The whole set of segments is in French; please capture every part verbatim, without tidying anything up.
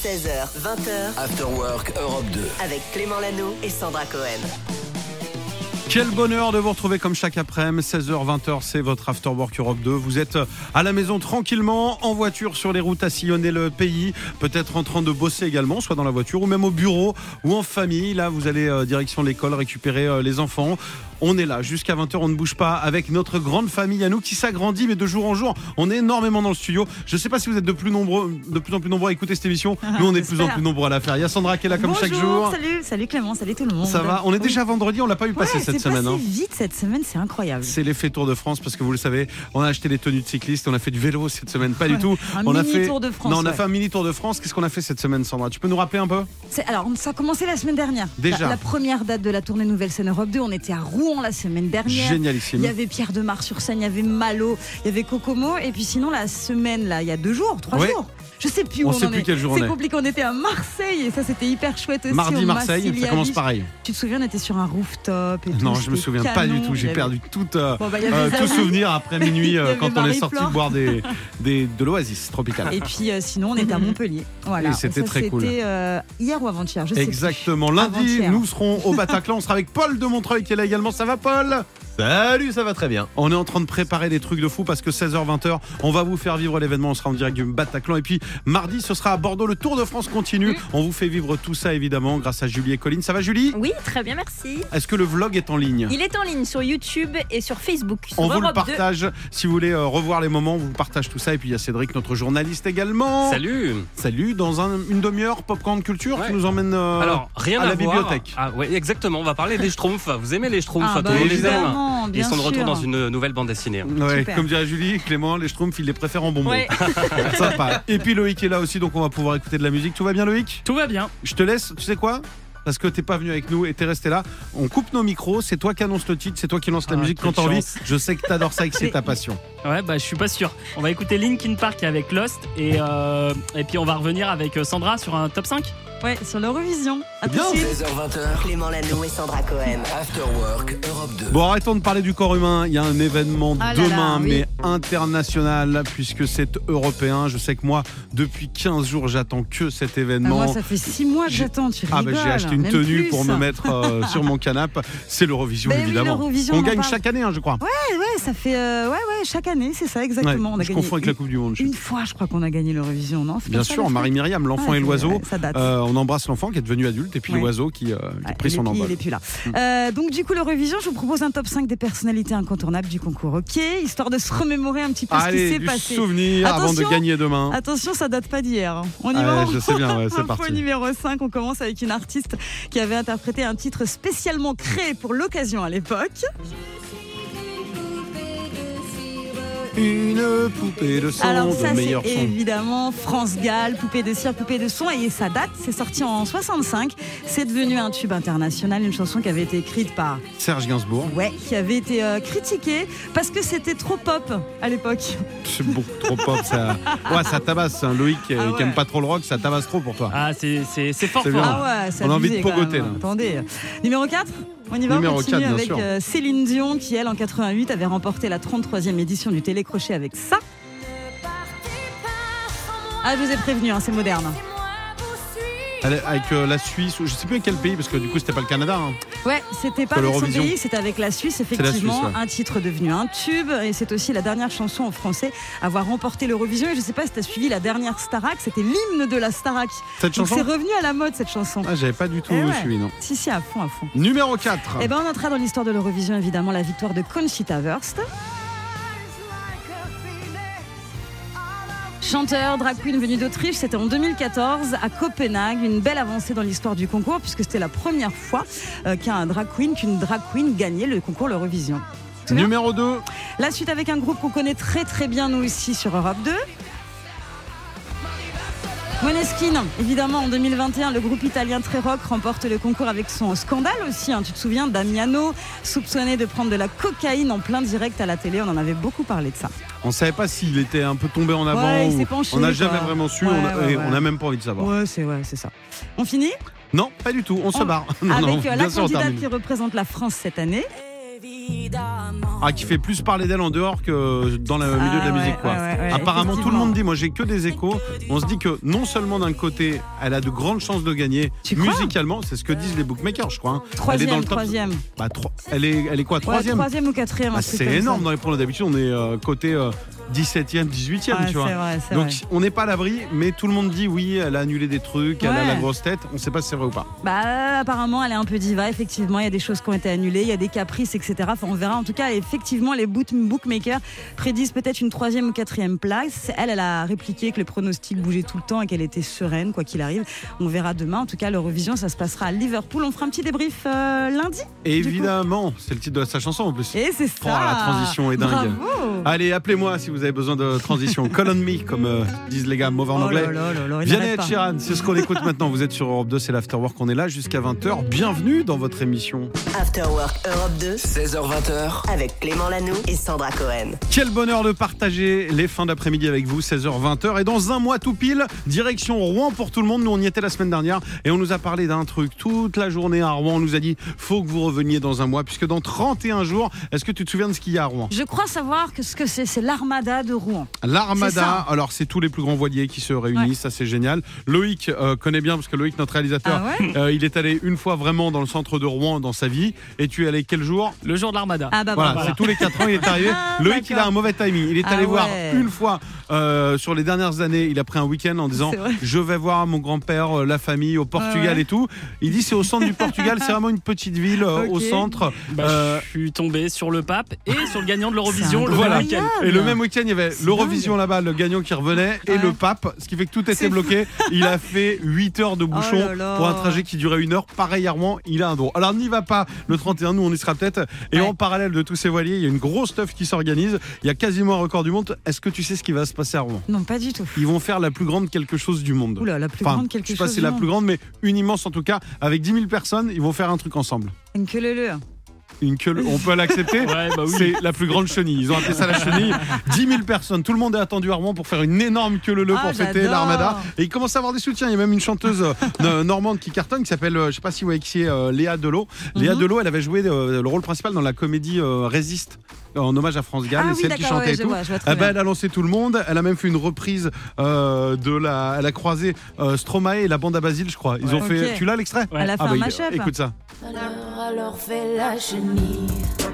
seize heures, vingt heures. After Work Europe deux. Avec Clément Lano et Sandra Cohen. Quel bonheur de vous retrouver comme chaque après-midi, seize heures, vingt heures, c'est votre After Work Europe deux. Vous êtes à la maison tranquillement, en voiture sur les routes à sillonner le pays, peut-être en train de bosser également, soit dans la voiture ou même au bureau ou en famille. Là, vous allez euh, direction l'école récupérer euh, les enfants. On est là jusqu'à vingt heures, on ne bouge pas avec notre grande famille à nous qui s'agrandit, mais de jour en jour, on est énormément dans le studio. Je ne sais pas si vous êtes de plus nombreux, de plus en plus nombreux à écouter cette émission. Nous, on est de plus en plus nombreux à la faire. Il y a Sandra qui est là comme Bonjour, chaque jour. Salut, salut Clément, salut tout le monde. Ça va? On est déjà oui. vendredi, on l'a pas eu passer ouais, cette semaine. C'est passé hein. vite cette semaine, c'est incroyable. C'est l'effet Tour de France parce que vous le savez, on a acheté des tenues de cyclistes, on a fait du vélo cette semaine, pas ouais. du tout. Un on mini a fait Tour de France. Non, on a ouais. fait un mini Tour de France. Qu'est-ce qu'on a fait cette semaine, Sandra? Tu peux nous rappeler un peu? C'est, alors, ça a commencé la semaine dernière. Déjà. La, la première date de la tournée Nouvelle Scène Europe deux, on était à Rouen la semaine dernière. Génialissime. Il y avait Pierre de Mar sur scène, il y avait Malo, il y avait Kokomo, et puis sinon la semaine là, il y a deux jours, trois ouais. jours. Je sais plus où on, on, sait en plus est. quel jour c'est on est. compliqué, on était à Marseille et ça c'était hyper chouette aussi. Mardi Marseille, ça commence Beach. pareil. Tu te souviens, on était sur un rooftop et tout. Non, je me souviens canon, pas du tout. J'ai avait... perdu tout, euh, bon, bah, euh, tout souvenir après minuit euh, quand on est sorti Marie-Flore. boire des, des, de l'oasis tropicale. Et puis euh, sinon, on était à Montpellier. Voilà. Et c'était ça, très c'était, cool. C'était euh, hier ou avant-hier, je sais Exactement. plus. Lundi, Avant-hier. nous serons au Bataclan. On sera avec Paul de Montreuil qui est là également. Ça va, Paul? Salut, ça va très bien. On est en train de préparer des trucs de fou parce que seize heures, vingt heures, on va vous faire vivre l'événement. On sera en direct du Bataclan. Et puis mardi, ce sera à Bordeaux. Le Tour de France continue. Mmh. On vous fait vivre tout ça évidemment grâce à Julie et Colline. Ça va, Julie? Oui, très bien, merci. Est-ce que le vlog est en ligne? Il est en ligne sur YouTube et sur Facebook. Sur on vous Europe le partage. deux. Si vous voulez euh, revoir les moments, on vous partage tout ça. Et puis il y a Cédric, notre journaliste également. Salut. Salut. Dans un, une demi-heure, Popcorn Culture, ouais. tu nous emmènes euh, Alors, rien à, à la voir. bibliothèque. Ah, ouais, exactement. On va parler des Schtroumpfs. Vous aimez les Schtroumpfs? Ah, bah, évidemment, bien Ils sont de retour sûr. dans une nouvelle bande dessinée. Ouais, comme dirait Julie, Clément, les Schtroumpfs, il les préfère en bonbons. Ouais. Sympa. Et puis Loïc est là aussi, donc on va pouvoir écouter de la musique. Tout va bien, Loïc? Tout va bien. Je te laisse, tu sais quoi? Parce que t'es pas venu avec nous et t'es resté là. On coupe nos micros, c'est toi qui annonce le titre, c'est toi qui lance la ah, musique quand t'as envie. Je sais que t'adores ça et que c'est ta passion. Ouais, bah je suis pas sûr. On va écouter Linkin Park avec Lost et, euh, et puis on va revenir avec Sandra sur un top cinq. Ouais, sur l'Eurovision. À bien. tout de suite. seize heures, vingt heures. Clément Lano et Sandra Cohen. After Work Europe deux. Bon, arrêtons de parler du corps humain. Il y a un événement ah là demain, là, oui. mais international, puisque c'est européen. Je sais que moi, depuis quinze jours, j'attends que cet événement. Ah, moi, ça fait six mois que J'ai... j'attends. Tu ah, rigoles. bah, j'ai acheté une même tenue plus. pour me mettre euh, sur mon canapé. C'est l'Eurovision, bah, évidemment. Oui, l'Eurovision, on, on gagne parle. chaque année, hein, je crois. Ouais, ouais, ça fait. Euh, ouais, ouais, chaque année, c'est ça, exactement. Ouais, on a je gagné confonds avec une, la Coupe du Monde. Une fois, je crois qu'on a gagné l'Eurovision, non? C'est bien sûr, sûr, Marie-Myriam, l'enfant ah, et l'oiseau. Ouais, ça date. Euh, on embrasse l'enfant qui est devenu adulte et puis ouais. l'oiseau qui, euh, qui a pris son envol. Il est plus là. Mmh. Euh, donc du coup, l'Eurovision, je vous propose un top cinq des personnalités incontournables du concours hockey, histoire de se remémorer un petit peu Allez, ce qui s'est du passé. souvenir avant de gagner demain. Attention, ça date pas d'hier. Hein. On y Allez, va. Je sais bien, ouais, c'est Info parti. numéro cinq, on commence avec une artiste qui avait interprété un titre spécialement créé pour l'occasion à l'époque. Une poupée de son, Alors de ça meilleur c'est son. évidemment France Gall, poupée de cire, poupée de son, et ça date, c'est sorti en soixante-cinq, c'est devenu un tube international, une chanson qui avait été écrite par Serge Gainsbourg. Ouais, qui avait été euh, critiquée parce que c'était trop pop à l'époque. C'est beaucoup trop pop, ça. Ouais, ça tabasse. Hein. Loïc qui, Ah ouais. qui aime pas trop le rock, ça tabasse trop pour toi. Ah, c'est, c'est, c'est fort C'est fort. bien. Ah ouais, c'est On a envie de abusé, quand pogoter, même. là. Attendez. Numéro quatre, on y va, Numéro on continue quatre, bien avec sûr. euh, Céline Dion qui, elle, en quatre-vingt-huit, avait remporté la trente-troisième édition du Télécrochet avec ça. Ah, je vous ai prévenu, hein, c'est moderne. Elle- Avec euh, la Suisse, je sais plus quel pays, parce que du coup, c'était pas le Canada. Hein. Ouais, c'était pas Sur avec son l'Eurovision. pays, c'était avec la Suisse, la effectivement. Suisse, ouais. Un titre devenu un tube, et c'est aussi la dernière chanson en français à avoir remporté l'Eurovision. Et je sais pas si tu as suivi la dernière Starac, c'était l'hymne de la Starac. Cette Donc chanson c'est revenu à la mode, cette chanson. Ah, j'avais pas du tout Eh ouais. suivi, non. Si, si, à fond, à fond. Numéro quatre. Eh ben, on entra dans l'histoire de l'Eurovision, évidemment, la victoire de Conchita Wurst. Chanteur, drag queen venu d'Autriche, c'était en deux mille quatorze à Copenhague, une belle avancée dans l'histoire du concours puisque c'était la première fois euh, qu'un drag queen, qu'une drag queen gagnait le concours l'Eurovision. Numéro deux. La suite avec un groupe qu'on connaît très très bien nous ici sur Europe deux. Måneskin, évidemment en deux mille vingt et un, le groupe italien très rock remporte le concours avec son scandale aussi, hein, tu te souviens, Damiano, soupçonné de prendre de la cocaïne en plein direct à la télé, on en avait beaucoup parlé de ça. On savait pas s'il était un peu tombé en avant. Ouais, il ou... s'est penché, on n'a quoi. jamais vraiment su, Ouais, on a... ouais, et ouais. on n'a même pas envie de savoir. Ouais, c'est, ouais, c'est ça. On finit Non, pas du tout, on se On- barre. Non, avec non, euh, bien la sûr, on candidate termine. qui représente la France cette année. Évidemment. Ah, qui fait plus parler d'elle en dehors que dans le milieu Ah, de la ouais, musique, quoi. ouais, ouais, ouais, Apparemment, tout le effectivement. monde dit, moi j'ai que des échos. On se dit que non seulement d'un côté, elle a de grandes chances de gagner Tu crois musicalement, c'est ce que disent les bookmakers, je crois. hein. Elle est Troisième, dans le top. troisième. Bah, tro- elle est, elle est quoi, Ouais, troisième troisième ou quatrième. Bah, un truc c'est comme ça. énorme dans les pronos. D'habitude, on est euh, côté euh, dix-septième, dix-huitième, Ouais, tu c'est vois. vrai, c'est Donc vrai. on n'est pas à l'abri, mais tout le monde dit oui, elle a annulé des trucs, elle a Ouais. la grosse tête. On ne sait pas si c'est vrai ou pas. Bah, apparemment, elle est un peu diva. Effectivement, il y a des choses qui ont été annulées, il y a des caprices, et cetera. Enfin, on verra. En tout cas, effectivement, les boot- bookmakers prédisent peut-être une troisième ou quatrième place. Elle, elle a répliqué que le pronostic bougeait tout le temps et qu'elle était sereine, quoi qu'il arrive. On verra demain. En tout cas, l'Eurovision, ça se passera à Liverpool. On fera un petit débrief euh, lundi. Et du coup. évidemment, c'est le titre de sa chanson en plus. Et c'est ça. Oh, la transition est dingue. Bravo. Allez, appelez-moi si vous avez besoin de transition. Call on me, comme euh, disent les gars, mauvais en Oh anglais. là là là là, il Vianney n'arrête et pas. Sheeran, c'est ce qu'on écoute maintenant. Vous êtes sur Europe deux, c'est l'Afterwork. On est là jusqu'à vingt heures. Bienvenue dans votre émission. After Work Europe deux seize heures vingt avec Clément Lanoux et Sandra Cohen. Quel bonheur de partager les fins d'après-midi avec vous, seize heures vingt. Et dans un mois tout pile, direction Rouen pour tout le monde. Nous, on y était la semaine dernière et on nous a parlé d'un truc toute la journée à Rouen. On nous a dit, faut que vous reveniez dans un mois, puisque dans trente et un jours, est-ce que tu te souviens de ce qu'il y a à Rouen? Je crois savoir que ce que c'est, c'est l'Armada de Rouen. C'est L'Armada, ça. alors c'est tous les plus grands voiliers qui se réunissent, Ouais. ça c'est génial. Loïc euh, connaît bien, parce que Loïc, notre réalisateur, Ah ouais euh, il est allé une fois vraiment dans le centre de Rouen dans sa vie. Et tu es allé quel jour? Le jour de l'Armada. Ah bah Voilà, voilà. c'est tous les quatre ans, il est arrivé. Ah, Loïc, il a d'accord. un mauvais timing. Il est Ah allé voir ouais. une fois euh, sur les dernières années. Il a pris un week-end en disant C'est vrai. je vais voir mon grand-père, euh, la famille au Portugal Ouais, ouais. et tout. Il dit c'est au centre du Portugal, c'est vraiment une petite ville euh, Ok. au centre. Bah, Euh, je suis tombé sur le pape et sur le gagnant de l'Eurovision C'est le Voilà. même week-end. Et le même week-end, il y avait C'est l'Eurovision là-bas, le gagnant qui revenait, et Ouais. le pape, ce qui fait que tout était C'est bloqué. Il a fait huit heures de bouchon Oh là là. pour un trajet qui durait une heure. Pareil à Rouen, il a un droit. Alors n'y va pas le trente et un, nous on y sera peut-être. Et Ouais. en parallèle de tous ces voiliers, il y a une grosse stuff qui s'organise. Il y a quasiment un record du monde. Est-ce que tu sais ce qui va se passer à Rouen? Non, pas du tout. Ils vont faire la plus grande quelque chose du monde. Oula, la plus Enfin, grande quelque je sais pas chose. si c'est du la monde. plus grande, mais une immense en tout cas. Avec dix mille personnes, ils vont faire un truc ensemble. Une queue leu. Une queue, on peut l'accepter. Ouais, bah oui. C'est la plus grande chenille. Ils ont appelé ça la chenille. dix mille personnes. Tout le monde est attendu à Rouen pour faire une énorme queue leu Ah, pour fêter j'adore. l'Armada. Et il commence à avoir des soutiens. Il y a même une chanteuse euh, normande qui cartonne, qui s'appelle, euh, je sais pas si vous voyez qui c'est, euh, Léa Delot. Léa Mhm. Delot, elle avait joué euh, le rôle principal dans la comédie euh, Résiste, en hommage à France Gall. Ah et oui, celle qui d'accord, chantait ouais, et je tout. vois, je vois très Eh ben, bien. elle a lancé tout le monde. Elle a même fait une reprise euh, de la. Elle a croisé euh, Stromae et la bande à Basile, je crois. Ils ont Ouais. fait. Ok. Tu l'as l'extrait? Ouais. Elle a fait Ah un bah, mashup. écoute ça. Alors, alors fais la chenille.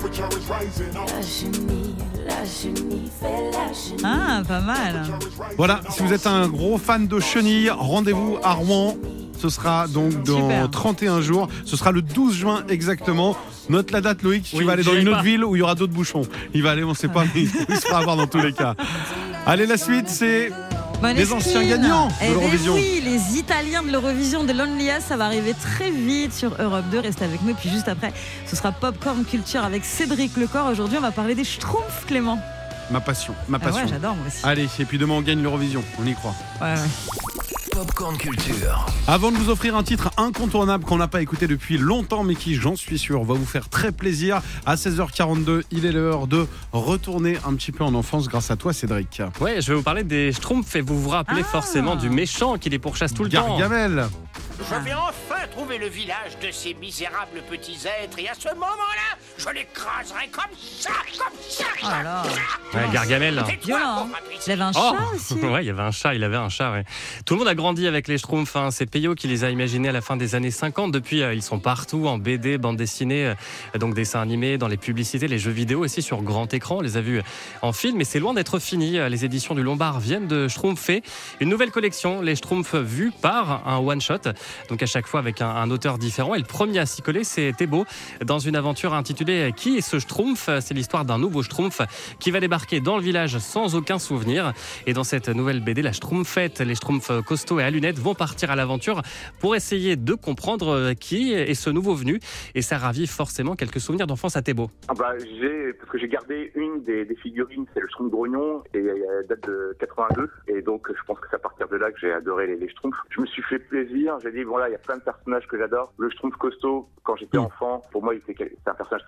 La chenille, la chenille, fais la chenille. Ah, pas mal. Voilà, si vous êtes un gros fan de chenilles, rendez-vous à Rouen. Ce sera donc dans Super. trente et un jours. Ce sera le douze juin exactement. Note la date, Loïc. Tu Oui, vas aller dans j'irai une autre pas. ville où il y aura d'autres bouchons. Il va aller, on ne sait pas, mais il se fera avoir dans tous les cas. Allez, la suite, c'est Måneskin. les anciens gagnants de Eh ben l'Eurovision. oui, les Italiens de l'Eurovision de Lonely Us, ça va arriver très vite sur Europe deux. Restez avec nous. Puis juste après, ce sera Popcorn Culture avec Cédric Lecor. Aujourd'hui, on va parler des Schtroumpfs, Clément. ma passion. Ma Ah passion. ouais, j'adore moi aussi. Allez, et puis demain, on gagne l'Eurovision. On y croit. Ouais, ouais. Popcorn Culture. Avant de vous offrir un titre incontournable qu'on n'a pas écouté depuis longtemps, mais qui, j'en suis sûr, va vous faire très plaisir, à seize heures quarante-deux, il est l'heure de retourner un petit peu en enfance grâce à toi, Cédric. Ouais, je vais vous parler des Schtroumpfs et vous vous rappelez Ah. forcément du méchant qui les pourchasse tout le temps. Gargamel. Je vais enfin trouver le village de ces misérables petits êtres et à ce moment-là, je l'écraserai comme ça, comme ça. Oh là là. Ouais, Gargamel. Et toi, Violent, pauvre hein. imbécile, Il avait un Oh. chat aussi. Ouais, il y avait un chat, il avait un chat, ouais. Tout le monde a grandi avec les Schtroumpfs, hein. C'est Peyo qui les a imaginés à la fin des années cinquante. Depuis, euh, ils sont partout, en B D, bande dessinée, euh, donc dessins animés, dans les publicités, les jeux vidéo aussi sur grand écran. On les a vus en film, mais c'est loin d'être fini. Euh, Les éditions du Lombard viennent de Schtroumpfer une nouvelle collection, les Schtroumpfs vus par un one-shot. Donc à chaque fois avec un, un auteur différent. Et le premier à s'y coller, c'est Thébault, dans une aventure intitulée Qui est ce Schtroumpf? C'est l'histoire d'un nouveau Schtroumpf qui va débarquer dans le village sans aucun souvenir. Et dans cette nouvelle B D, la Schtroumpfette, les Schtroumpfs costauds et à lunettes vont partir à l'aventure pour essayer de comprendre qui est ce nouveau venu. Et ça ravive forcément quelques souvenirs d'enfance à Thébault. Ah bah, j'ai, parce que j'ai gardé une des, des figurines, c'est le Schtroumpf Grognon, et elle date de quatre-vingt-deux, et donc je pense que c'est à partir de là que j'ai adoré les, les Schtroumpfs. Je me suis fait plaisir, j'ai dit, bon là, il y a plein de personnages que j'adore. Le Schtroumpf costaud, quand j'étais Mm. enfant, pour moi, il était, c'est un personnage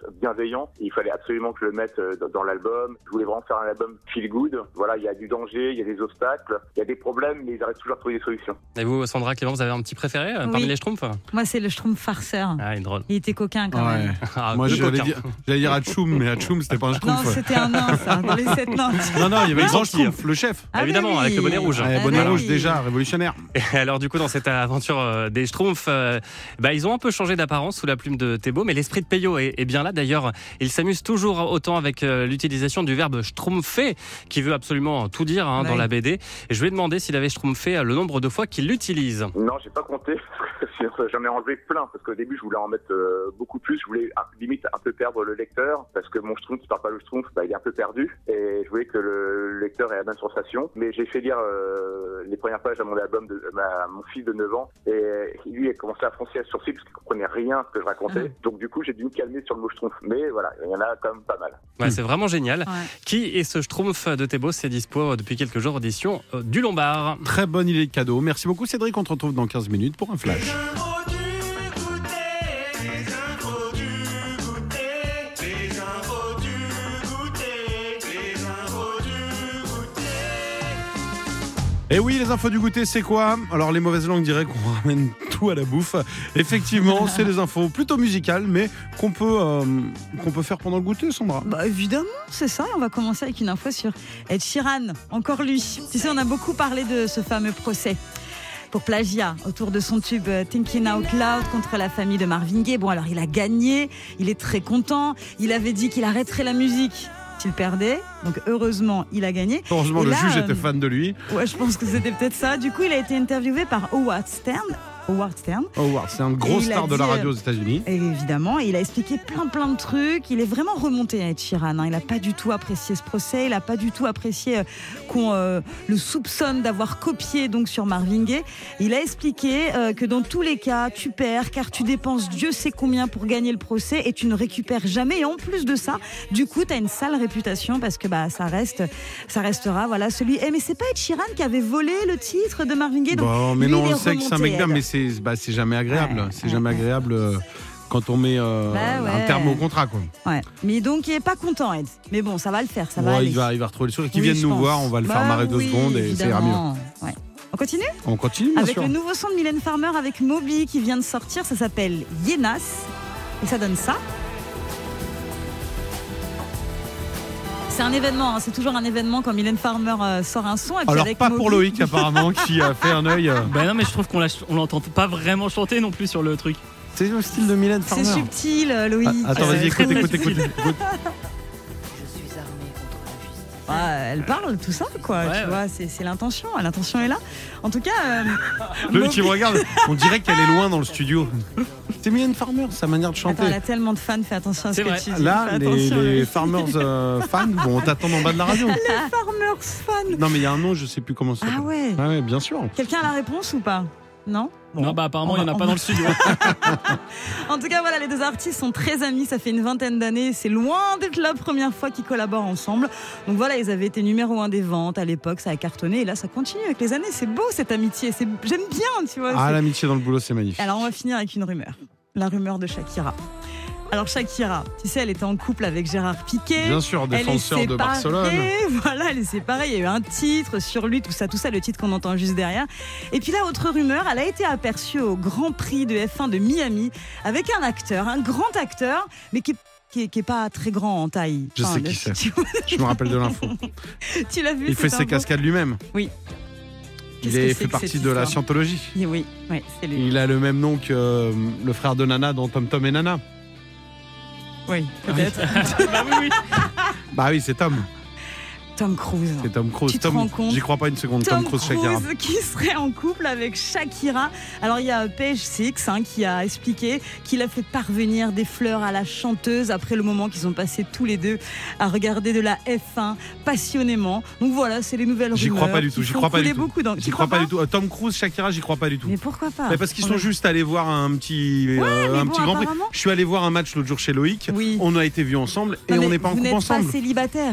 bienveillant. Il fallait absolument que je le mette dans, dans l'album. Je voulais vraiment faire un album feel good. Voilà, il y a du danger, il y a des obstacles, il y a des problèmes, mais ils arrivent toujours à trouver des solutions. Et vous, Sandra, Clément, vous avez un petit préféré euh, Oui. parmi les Schtroumpfs? Moi, c'est le Schtroumpf farceur. Ah, il est drôle. Il était coquin quand Ouais. même. Ah, Moi, le j'allais coquin. dire, j'allais dire Hatchoum, mais Hatchoum, c'était pas un Non, Schtroumpf. c'était un nain, ça, dans les sept nains. Non, non, il y avait le grand gentil. Schtroumpf, le chef. Ah, Évidemment, mais oui. avec le bonnet rouge. Ouais, Ah, bonnet bah rouge oui. déjà, révolutionnaire. Et alors du coup dans cette aventure euh, des Schtroumpfs, euh, bah, ils ont un peu changé d'apparence sous la plume de Thébault, mais l'esprit de Peyo est, est bien là. D'ailleurs, il s'amuse toujours autant avec euh, l'utilisation du verbe schtroumpfer, qui veut absolument tout dire hein, Ouais. dans la B D. Et je lui ai demandé s'il avait schtroumpfé euh, le nombre de fois qu'il l'utilise. Non, j'ai pas compté. Sinon, j'en ai enlevé plein parce qu'au début, je voulais en mettre euh, beaucoup plus. Je voulais ah, limite un peu perdre le lecteur parce que mon Schtroumpf qui parle pas le Schtroumpf, bah, il est un peu perdu et je voulais que le lecteur ait la même sensation. Mais j'ai fait lire euh, les premières pages à mon album de ma, mon fils de neuf ans et lui il a commencé à froncer le sourcil parce qu'il comprenait rien à ce que je racontais. Ah. Donc du coup, j'ai dû me calmer sur le mot Schtroumpf. Mais voilà, il y en a quand même pas mal. Ouais, c'est vraiment génial. Ouais. Qui est ce Schtroumpf de Thébault? C'est dispo depuis quelques jours, audition euh, du Lombard. Très bonne idée de cadeau. Merci beaucoup, Cédric. On te retrouve dans quinze minutes pour un flash. Et oui, les infos du goûter, c'est quoi? Alors, les mauvaises langues diraient qu'on ramène tout à la bouffe. Effectivement, c'est des infos plutôt musicales, mais qu'on peut, euh, qu'on peut faire pendant le goûter, Sandra. Bah évidemment, c'est ça. On va commencer avec une info sur Ed Sheeran. Encore lui. Tu sais, on a beaucoup parlé de ce fameux procès pour plagiat autour de son tube Thinking Out Loud contre la famille de Marvin Gaye. Bon, alors il a gagné, il est très content. Il avait dit qu'il arrêterait la musique s'il perdait. Donc heureusement, il a gagné. Heureusement, Et le là, juge euh, était fan de lui. Ouais, je pense que c'était peut-être ça. Du coup, il a été interviewé par Howard Stern. Howard Stern. Howard, c'est un gros Et il a star de la dit, radio aux États-Unis. Et évidemment, il a expliqué plein plein de trucs. Il est vraiment remonté à Ed Sheeran. Hein. Il n'a pas du tout apprécié ce procès. Il n'a pas du tout apprécié euh, qu'on euh, le soupçonne d'avoir copié donc sur Marvin Gaye. Il a expliqué euh, que dans tous les cas, tu perds car tu dépenses Dieu sait combien pour gagner le procès et tu ne récupères jamais. Et en plus de ça, du coup, tu as une sale réputation parce que bah ça reste, ça restera voilà celui. Eh mais c'est pas Ed Sheeran qui avait volé le titre de Marvin Gaye. Donc, Bon, mais lui, non, il est on sait que c'est un remonté, mec bien, Ed. mais c'est bah, c'est jamais agréable. Ouais, c'est ouais, jamais ouais. agréable euh, quand on met euh, Bah ouais. un terme au contrat, quoi. Ouais. Mais donc il est pas content, Ed. Mais bon, ça va le faire, ça va Ouais, aller. il va, il va retrouver le sourire. Qui Oui, vienne je nous pense. voir, on va le faire Bah marrer deux oui, secondes et ça ira mieux. évidemment. Ouais. On continue On continue, bien avec sûr. le nouveau son de Mylène Farmer avec Moby qui vient de sortir. Ça s'appelle Yenas et ça donne ça. C'est un événement, hein. C'est toujours un événement quand Mylène Farmer euh, sort un son. Et puis Alors avec pas Moby... pour Loïc apparemment qui a fait un œil. euh, Ben non, mais je trouve qu'on l'a- on l'entend pas vraiment chanter non plus sur le truc. C'est le style de Mylène C'est Farmer. subtil, euh, Loïc. Ah, attends, vas-y, Euh, écoute, très écoute, subtil. écoute, écoute. Je suis armée contre la justice. Ah, elle parle, tout ça, quoi. Ouais, tu ouais. vois, c'est, c'est l'intention. L'intention est là. En tout cas, euh, Loïc qui Moby- me regarde, on dirait qu'elle est loin dans le studio. C'est Mylène Farmer, sa manière de chanter. Attends, elle a tellement de fans. Fais attention à ce C'est que vrai. tu dis. Là, Fais les, attention, les Loïc. Farmers euh, fans, bon, on t'attend en bas de la radio. Les Farmers fans. Non, mais il y a un nom, je sais plus comment ça Ah s'appelle. ouais. Ah ouais, bien sûr. Quelqu'un a la réponse ou pas? Non. Bon. Non, bah apparemment, On il n'y en va- a on pas va- dans le studio. En tout cas, voilà, les deux artistes sont très amis. Ça fait une vingtaine d'années. C'est loin d'être la première fois qu'ils collaborent ensemble. Donc voilà, ils avaient été numéro un des ventes à l'époque. Ça a cartonné. Et là, ça continue avec les années. C'est beau cette amitié. C'est... J'aime bien, tu vois. Ah, c'est- l'amitié dans le boulot, c'est magnifique. Alors, on va finir avec une rumeur. La rumeur de Shakira. Alors, Shakira, tu sais, elle était en couple avec Gérard Piqué. Bien sûr, Elle est défenseur de séparée, Barcelone. Voilà, elle est séparée. Il y a eu un titre sur lui, tout ça, tout ça, le titre qu'on entend juste derrière. Et puis là, autre rumeur, elle a été aperçue au Grand Prix de F un de Miami avec un acteur, un grand acteur, mais qui est qui est, qui est pas très grand en taille. Je sais qui le- c'est. Tu, vois, Je me rappelle de l'info. tu l'as vu Il fait c'est un ses beau- cascades lui-même. Oui. Il Qu'est-ce que est, c'est fait que partie cette de la histoire scientologie. Oui, oui, c'est lui. Il a le même nom que euh, le frère de Nana dans Tom Tom et Nana. Oui, peut-être. Bah oui, oui. Bah oui, c'est Tom. Tom Cruise. C'est Tom Cruise. Tu te Tom, rends compte j'y crois pas une seconde. Tom, Tom, Cruise, Shakira. Cruise qui serait en couple avec Shakira. Alors il y a Page Six hein, qui a expliqué qu'il a fait parvenir des fleurs à la chanteuse après le moment qu'ils ont passé tous les deux à regarder de la F un passionnément. Donc voilà, c'est les nouvelles rumeurs. J'y crois pas du tout. qui J'y font crois pas couler du tout. beaucoup d'en- J'y Tu crois pas du tout. Euh, Tom Cruise, Shakira, j'y crois pas du tout. Mais pourquoi pas Mais parce qu'ils sont Ouais. juste allés voir un petit, euh, mais un bon, petit grand prix. apparemment- Je suis allé voir un match l'autre jour chez Loïc. Oui. On a été vus ensemble et Non, on mais n'est pas en vous couple n'êtes ensemble. pas célibataire.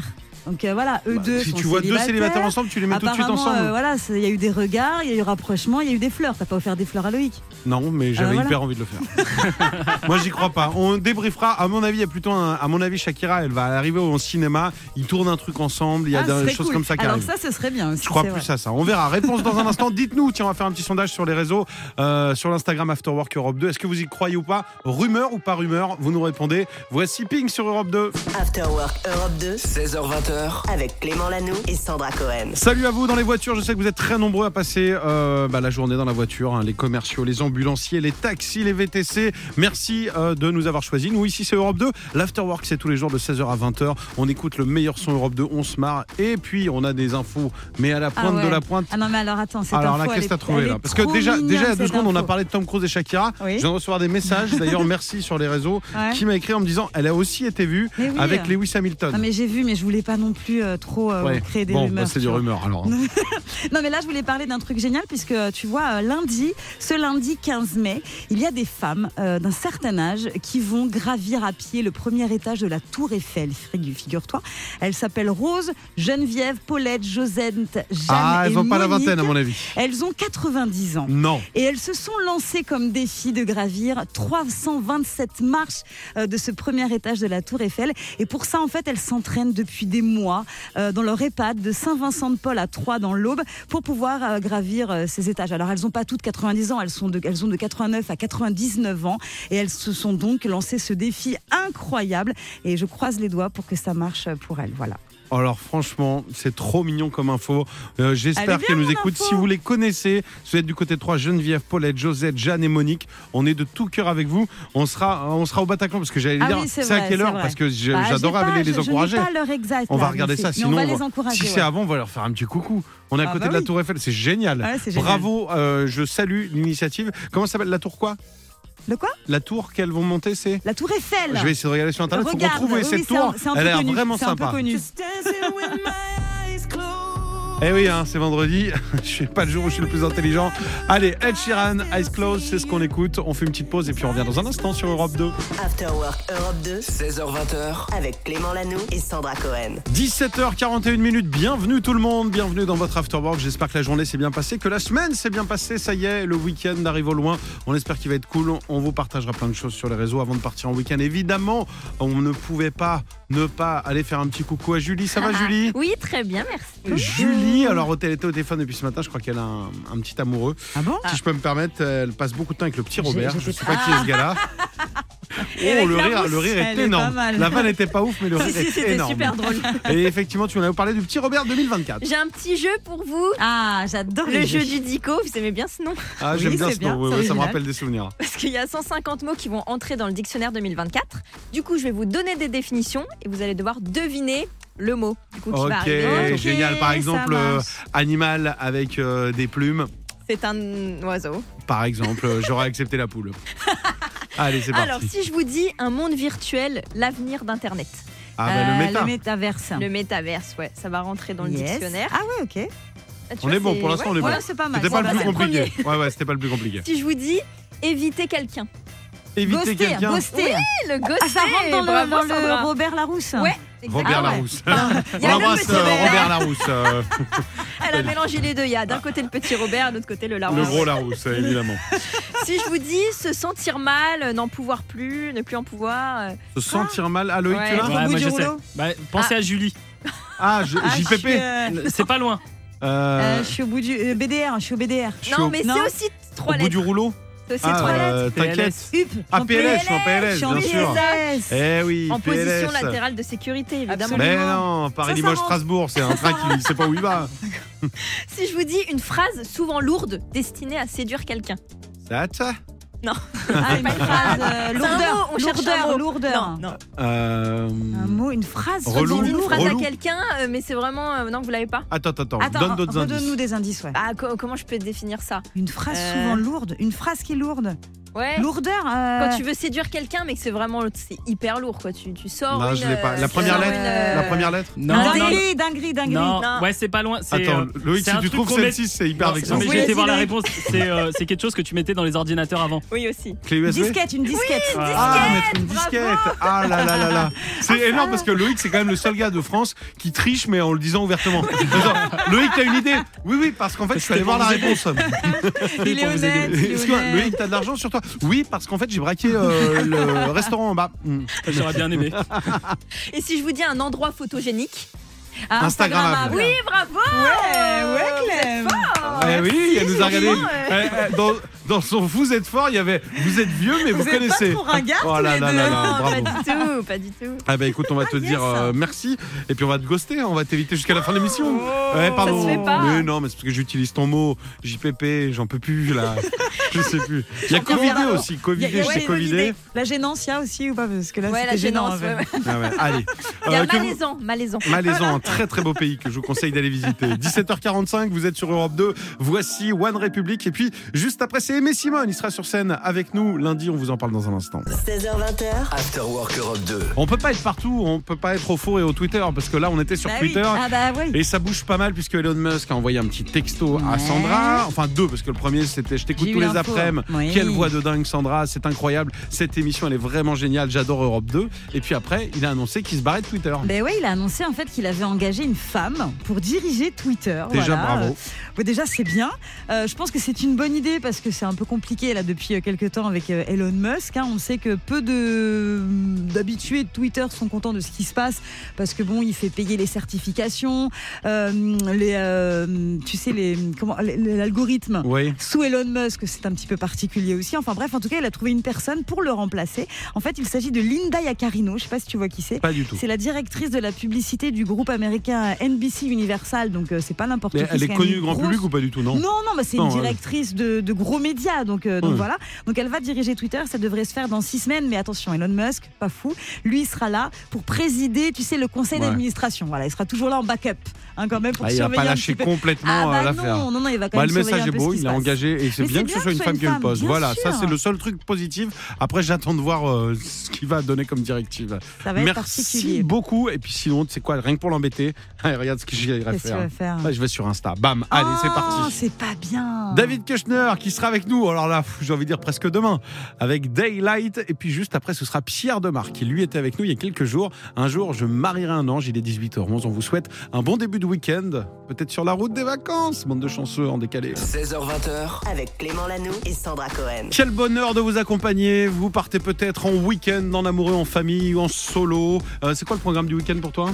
Donc euh, voilà, eux Bah, deux si sont tu vois deux célibataires. célibataires ensemble, tu les mets tout de suite Apparemment, ensemble. euh, voilà, c'est- il y a eu des regards, il y a eu rapprochement, il y a eu des fleurs. T'as pas offert des fleurs à Loïc? Non, mais j'avais Ah, voilà. hyper envie de le faire. Moi, j'y crois pas. On débriefera. À mon avis, il y a plutôt un, à mon avis, Shakira, elle va arriver au cinéma. Ils tournent un truc ensemble. Il y a Ah, ce des serait choses cool. comme ça qui Alors arrivent. ça, ce serait bien aussi. Je crois c'est plus vrai. à ça. On verra. Réponse dans un instant. Dites-nous. Tiens, on va faire un petit sondage sur les réseaux, euh, sur l'Instagram Afterwork Europe deux. Est-ce que vous y croyez ou pas? Rumeur ou pas rumeur? Vous nous répondez. Voici Pink sur Europe deux. After Work Europe deux seize heures vingt avec Clément Lanoux et Sandra Cohen. Salut à vous dans les voitures. Je sais que vous êtes très nombreux à passer euh, bah, la journée dans la voiture. Hein, les commerciaux, les ambulanciers, les taxis, les V T C. Merci euh, de nous avoir choisis. Nous, ici, c'est Europe deux. L'Afterwork, c'est tous les jours de seize heures à vingt heures. On écoute le meilleur son Europe deux. On se marre. Et puis, on a des infos, mais à la pointe Ah ouais. de la pointe. Ah non, mais alors attends, cette Alors info, là, qu'est-ce elle que t'as est- trouvé elle là? est Parce que trop déjà, mignonne, déjà il y a deux cette secondes, on a info. parlé de Tom Cruise et Shakira. Oui. Je viens de recevoir des messages. D'ailleurs, merci sur les réseaux. Ouais. Qui m'a écrit en me disant, elle a aussi été vue Mais oui. avec Lewis Hamilton. Non, mais j'ai vu, mais je voulais pas non plus euh, trop euh, Ouais. créer des Bon, rumeurs. bah, c'est tu des vois. rumeurs alors. Non, mais là, je voulais parler d'un truc génial, puisque tu vois, euh, lundi, ce lundi quinze mai, il y a des femmes euh, d'un certain âge qui vont gravir à pied le premier étage de la Tour Eiffel. Figu- Figure-toi. Elles s'appellent Rose, Geneviève, Paulette, Josette, Jeanne Ah, elles et n'ont pas la Monique. vingtaine à mon avis. Elles ont quatre-vingt-dix ans. Non. Et elles se sont lancées comme défi de gravir trois cent vingt-sept marches euh, de ce premier étage de la Tour Eiffel. Et pour ça, en fait, elles s'entraînent depuis des mois euh, dans leur EHPAD de Saint-Vincent-de-Paul à Troyes dans l'Aube pour pouvoir euh, gravir euh, ces étages. Alors, elles n'ont pas toutes quatre-vingt-dix ans, elles, sont de, elles ont de quatre-vingt-neuf à quatre-vingt-dix-neuf ans. Et elles se sont donc lancées ce défi incroyable. Et je croise les doigts pour que ça marche pour elles. Voilà. Alors franchement, c'est trop mignon comme info. Euh, Elle est J'espère bien, qu'elles nous mon écoutent. info. Si vous les connaissez, si vous êtes du côté de Troyes, Geneviève, Paulette, Josette, Jeanne et Monique, on est de tout cœur avec vous. On sera, on sera au Bataclan parce que j'allais Ah dire, oui, c'est c'est à vrai, quelle c'est heure? vrai. Parce que je- Bah, j'adorerais j'ai pas- aller les je- encourager. Je n'ai pas l'heure exacte. On va là, regarder mais ça. c'est- Sinon, mais on va on les va- encourager. si ouais. c'est avant, on va leur faire un petit coucou. On est à Ah côté bah de la oui. Tour Eiffel, c'est génial. Ouais, c'est génial. Bravo, euh, je salue l'initiative. Comment s'appelle la tour quoi? Le quoi? La tour qu'elles vont monter, c'est? La Tour Eiffel. Je vais essayer de regarder sur internet. Il faut Regarde, retrouver oui, cette oui, c'est un- tour. c'est un peu Elle a l'air connu, vraiment c'est un peu sympa. connu. Eh oui, hein, c'est vendredi. Je suis pas le jour où je suis le plus intelligent. Allez, Ed Sheeran, Eyes Closed, c'est ce qu'on écoute. On fait une petite pause et puis on revient dans un instant sur Europe deux. After Work Europe deux seize heures vingt avec Clément Lanoux et Sandra Cohen. dix-sept heures quarante et une minutes. Bienvenue tout le monde. Bienvenue dans votre Afterwork. J'espère que la journée s'est bien passée, que la semaine s'est bien passée. Ça y est, le week-end arrive au loin. On espère qu'il va être cool. On vous partagera plein de choses sur les réseaux avant de partir en week-end. Évidemment, on ne pouvait pas ne pas aller faire un petit coucou à Julie. Ça va, Julie? Oui, très bien, merci. Julie, alors elle était au téléphone depuis ce matin, je crois qu'elle a un, un petit amoureux. Ah bon? Si je peux me permettre, elle passe beaucoup de temps avec le petit Robert. j'ai- Je ne j'ai- sais pas qui est ce gars-là. Oh, avec le la rire, rousse. le rire est Elle est énorme. pas mal. La vanne n'était pas ouf, mais le Si, rire si, est c'était énorme. super drôle. Et effectivement, tu en avais parlé du petit Robert deux mille vingt-quatre. J'ai un petit jeu pour vous. Ah, j'adore Le les jeu jeux. du dico, vous aimez bien ce nom? Ah, Oui, j'aime bien c'est ce bien, nom. Ouais, c'est ouais, ça me original. rappelle des souvenirs. Parce qu'il y a cent cinquante mots qui vont entrer dans le dictionnaire deux mille vingt-quatre. Du coup, je vais vous donner des définitions et vous allez devoir deviner le mot du coup, qui va Ok, arriver. génial. Par ça exemple, euh, marche. animal avec euh, des plumes. C'est un oiseau. Par exemple, euh, j'aurais accepté la poule. Allez, c'est parti. Alors, si je vous dis un monde virtuel, l'avenir d'Internet. Ah, bah, Euh, le méta. le métaverse. Le métaverse, ouais, ça va rentrer dans le Yes. dictionnaire. Ah ouais, ok. Ah, tu On vois, est bon, c'est- pour l'instant, on est bon. Voilà, c'est pas mal. C'était pas Bon, le bah, plus c'est le compliqué. Ouais, ouais, c'était pas le plus compliqué. Si je vous dis éviter quelqu'un. Éviter Ghoster, quelqu'un. ghoster. Oui, le ghoster. Ah, ça rentre dans le, Bravo, dans le Sandra. Robert Larousse. Ouais, Robert Ah ouais. Larousse. Il y On a le embrasse petit euh, Robert. Robert Larousse. euh, Elle a mélangé les deux. Il y a d'un côté le petit Robert, de l'autre côté le Larousse. le gros Larousse, euh, évidemment. Si je vous dis se sentir mal, euh, n'en pouvoir plus, ne plus en pouvoir. euh, Se sentir mal. Ah, Loïc, Ouais. tu l'as Au Ouais, bout moi du je sais. rouleau. Bah, pensez Ah. à Julie. Ah, je- Ah, J P je P. suis, euh, C'est pas loin. Euh, euh, je suis au bout du euh, B D R. Je suis au B D R. je suis Non, au- mais Non. c'est aussi au trois bout lettres. du rouleau. C'est aussi Ah, trois lettres. euh, P L t'inquiète. S. Hup. Ah, en P L S, je suis en P L S, je suis en bien P L S. sûr. Eh oui, En P L S. position latérale de sécurité, évidemment. Absolument. Mais non, Ça, ça Paris-Limoges-Strasbourg, c'est un train qui ne sait pas où il va. Si je vous dis une phrase souvent lourde destinée à séduire quelqu'un. Ça, ça. Non. Ah, une phrase. euh, C'est un lourdeur. mot, on cherche un lourdeur. mot. Lourdeur. Non, non. Euh, Un mot, une phrase. Relou. On dit une phrase Relou. à quelqu'un, euh, mais c'est vraiment. euh, non, vous l'avez pas. Attends, attends, Attends, donne d'autres indices. redonne-nous des indices, ouais. Ah, co- comment je peux définir ça? Une phrase Euh. souvent lourde. Une phrase qui est lourde. Ouais. Lourdeur. euh, Quand tu veux séduire quelqu'un, mais que c'est vraiment c'est hyper lourd, quoi. Tu, tu sors. Non, une, je l'ai pas. La euh, première tu sors lettre. une, euh, La première lettre. Non, non, non. dinguerie, dinguerie, dinguerie. Non, Non. ouais, c'est pas loin. C'est, Attends, euh, Loïc, c'est si un tu truc trouves qu'on met- celle-ci, c'est hyper Non, vexant. mais Oui, j'ai été vas-y, voir la Loïc. réponse. C'est, euh, c'est quelque chose que tu mettais dans les ordinateurs avant. Oui, aussi. Clé U S B. Disquette, une disquette. Ah, mettre une bravo. disquette. Ah là là là là. C'est énorme parce que Loïc, c'est quand même le seul gars de France qui triche, mais en le disant ouvertement. Attends, Loïc, t'as une idée? Oui, oui, parce qu'en fait, je suis allé voir la réponse. Il est Pour vous aider. honnête. il est Excuse-moi, honnête. Loïc, t'as de l'argent sur toi? Oui, parce qu'en fait, j'ai braqué euh, le restaurant en bas. Hmm. J'aurais bien aimé. Et si je vous dis un endroit photogénique? Ah, Instagrammable. Oui, bravo. Ouais, ouais, Clem. Eh oui, elle nous a regardé. franchement, euh. Eh, eh, Dans, dans son vous êtes fort, il y avait vous êtes vieux, mais vous, Vous êtes connaissez. pas trop ringards, Oh tous là les là deux. là là, Non, bravo. pas du tout, pas du tout. Ah bah écoute, on va te Ah, dire yes. euh, merci et puis on va te ghoster, on va t'éviter jusqu'à la fin de l'émission. Oh, ouais, pardon. ça se fait pas. Mais non, mais c'est parce que j'utilise ton mot J P P, j'en peux plus là. Je sais plus. Il y a J'en peux Covidé plus. aussi, Il y a- Covidé, il y a- je sais ouais, Covidé. La gênance, il y a aussi ou pas? Parce que là, Ouais, c'était la gênant. gênance. ouais. ouais, ouais. Ah ouais, allez. Il y a Euh, que vous- malaisant, malaisant. Malaisant, un très très beau pays que je vous conseille d'aller visiter. dix-sept heures quarante-cinq, vous êtes sur Europe deux. Voici One Republic. Et puis, juste après, c'est Aimé Simone. Il sera sur scène avec nous lundi. On vous en parle dans un instant. seize heures vingt. After Work Europe deux. On peut pas être partout. On peut pas être au four et au Twitter. Parce que là, on était sur Bah oui. Twitter. Ah bah oui. Et ça bouge pas mal puisque Elon Musk a envoyé un petit texto à Ouais. Sandra. Enfin, deux, parce que le premier, c'était je t'écoute J'ai tous eu les l'info. après-midi. Oui. Quelle voix de dingue, Sandra. C'est incroyable. Cette émission, elle est vraiment géniale. J'adore Europe deux. Et puis après, il a annoncé qu'il se barrait de Twitter. Ben ouais, il a annoncé en fait qu'il avait engagé une femme pour diriger Twitter. Déjà, voilà. bravo. Euh, bon, déjà, c'est bien. Euh, je pense que c'est une bonne idée parce que c'est un peu compliqué là depuis euh, quelques temps avec euh, Elon Musk. Hein. On sait que peu de d'habitués de Twitter sont contents de ce qui se passe parce que bon, il fait payer les certifications, euh, les, euh, tu sais les comment les- l'algorithme. Oui. Sous Elon Musk, c'est un petit peu particulier aussi. Enfin bref, en tout cas, il a trouvé une personne pour le remplacer. En fait, il s'agit de Linda Yaccarino. Je sais pas si tu vois qui c'est. Pas du tout. C'est la directrice de la publicité du groupe américain N B C Universal, donc euh, c'est pas n'importe qui. Mais elle c'est est quand connue même du une grand grosse- public ou pas du tout, non? Non, non, bah c'est Non, une ouais. directrice de, de gros médias, donc, euh, donc Ouais. voilà. Donc elle va diriger Twitter, ça devrait se faire dans six semaines, mais attention, Elon Musk, pas fou, lui il sera là pour présider, tu sais, le conseil Ouais. d'administration. Voilà, il sera toujours là en backup, hein, quand même, pour Ah, il va surveiller pas un lâcher petit peu. complètement Ah bah euh, l'affaire. non, non, non, il va quand Bah, même le surveiller message un est peu beau, ce qui il se a passe. engagé et c'est Mais bien c'est que ce bien soit une femme qui le pose. bien Voilà, sûr. ça c'est le seul truc positif. Après, j'attends de voir euh, ce qu'il va donner comme directive. Ça va être Merci particulier. beaucoup. Et puis sinon, tu sais quoi, rien que pour l'embêter, regarde ce que j'irai Qu'est-ce que tu faire. vas faire Ouais, je vais sur Insta. Bam, allez, c'est Oh, parti. c'est pas bien. David Kushner qui sera avec nous, alors là, pff, j'ai envie de dire presque demain, avec Daylight. Et puis juste après, ce sera Pierre Demar qui lui était avec nous il y a quelques jours. Un jour, je marierai un ange, il est dix-huit heures onze. On vous souhaite un bon début de week-end, peut-être sur la route des vacances. Bande de chanceux en décalé. seize heures vingt. Avec Clément Lanoux et Sandra Cohen. Quel bonheur de vous accompagner. Vous partez peut-être en week-end, en amoureux, en famille ou en solo. Euh, c'est quoi le programme du week-end pour toi?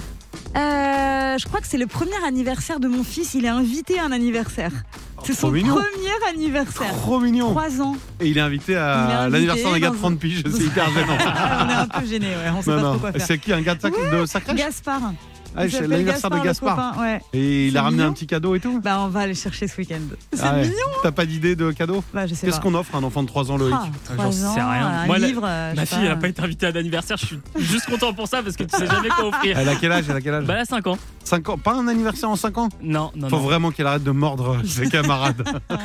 Euh, je crois que c'est le premier anniversaire de mon fils. Il est invité à un anniversaire. C'est trop son mignon. premier anniversaire. Trop mignon. Trois ans. Et il est invité Il est à invité l'anniversaire d'un gars de dans trente piges. C'est hyper gênant. Ah, on est un peu gênés, ouais. On sait Non, pas non. trop quoi faire. C'est qui, un gars de, sac- de Sacrèche? Gaspard. Ah, Il c'est s'appelle l'anniversaire de le Gaspard. copain, ouais. Et il C'est a ramené mignon. un petit cadeau et tout? Bah, on va aller chercher ce week-end. C'est Ah ouais. mignon. T'as pas d'idée de cadeau? Bah, je sais Qu'est-ce pas. qu'on offre à un enfant de trois ans, Loïc? Ah, trois J'en sais ans, rien. un Moi, la- livre. euh, je Ma sais fille, elle a pas été invitée à d'anniversaire. Je suis juste content pour ça parce que tu sais jamais quoi offrir. Elle a quel âge? Elle a quel âge? Bah, elle a cinq ans. cinq ans. Pas un anniversaire en cinq ans? Non, non, Faut non. vraiment qu'elle arrête de mordre ses camarades.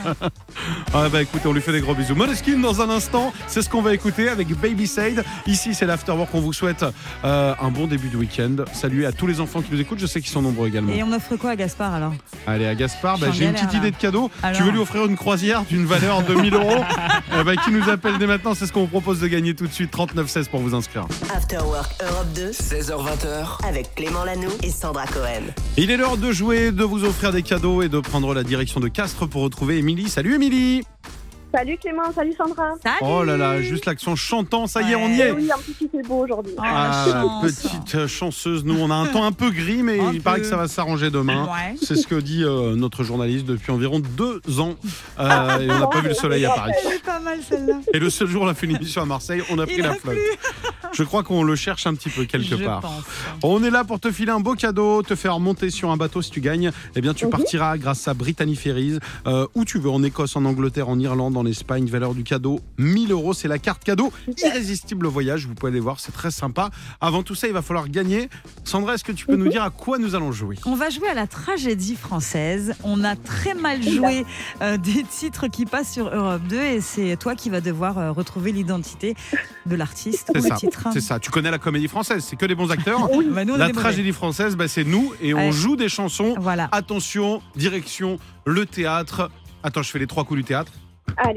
Ah bah écoutez, on lui fait des gros bisous. Måneskin dans un instant, c'est ce qu'on va écouter avec Baby Sade. Ici c'est l'Afterwork, on vous souhaite euh, un bon début de week-end. Salut à tous les enfants qui nous écoutent, je sais qu'ils sont nombreux également. Et on offre quoi à Gaspard alors? Allez à Gaspard, bah, Je suis j'ai en une petite galère, là. idée de cadeau. Alors Tu veux lui offrir une croisière d'une valeur de mille euros? Eh bah, qui nous appelle dès maintenant, c'est ce qu'on vous propose de gagner tout de suite. trente-neuf seize pour vous inscrire. After Work Europe deux seize heures vingt. avec Clément Lanoux et Sandra Cohen. Il est l'heure de jouer, de vous offrir des cadeaux et de prendre la direction de Castres pour retrouver Émilie. Salut Émilie. Salut Clément, salut Sandra. Salut. Oh là là, juste l'accent chantant, ça y est, on y Eh est. oui, en plus il fait beau aujourd'hui. Oh, la Ah, chance. petite chanceuse, nous on a un temps un peu gris, mais Un il paraît peu. que ça va s'arranger demain. Ouais. C'est ce que dit euh, notre journaliste depuis environ deux ans. Euh, et on n'a pas vu le soleil à Paris. Elle est pas mal celle-là. Et le seul jour où on a fait une émission à Marseille, on a pris Il la a flotte. plu. Je crois qu'on le cherche un petit peu quelque Je part. pense. On est là pour te filer un beau cadeau, te faire monter sur un bateau si tu gagnes. Eh bien, tu Mhm. partiras grâce à Brittany Ferries, euh, où tu veux, en Écosse, en Angleterre, en Irlande, en Espagne. Valeur du cadeau, mille euros. C'est la carte cadeau. Irrésistible voyage. Vous pouvez aller voir, c'est très sympa. Avant tout ça, il va falloir gagner. Sandra, est-ce que tu peux nous dire à quoi nous allons jouer ? On va jouer à la tragédie française. On a très mal joué euh, des titres qui passent sur Europe deux et c'est toi qui vas devoir euh, retrouver l'identité de l'artiste ou C'est le ça, titre. c'est ça. Tu connais la comédie française, c'est que des bons acteurs. Bah, nous, on est La des mauvais. tragédie française, bah, c'est nous et on Ouais. joue des chansons. Voilà. Attention, direction, le théâtre. Attends, je fais les trois coups du théâtre. Allez.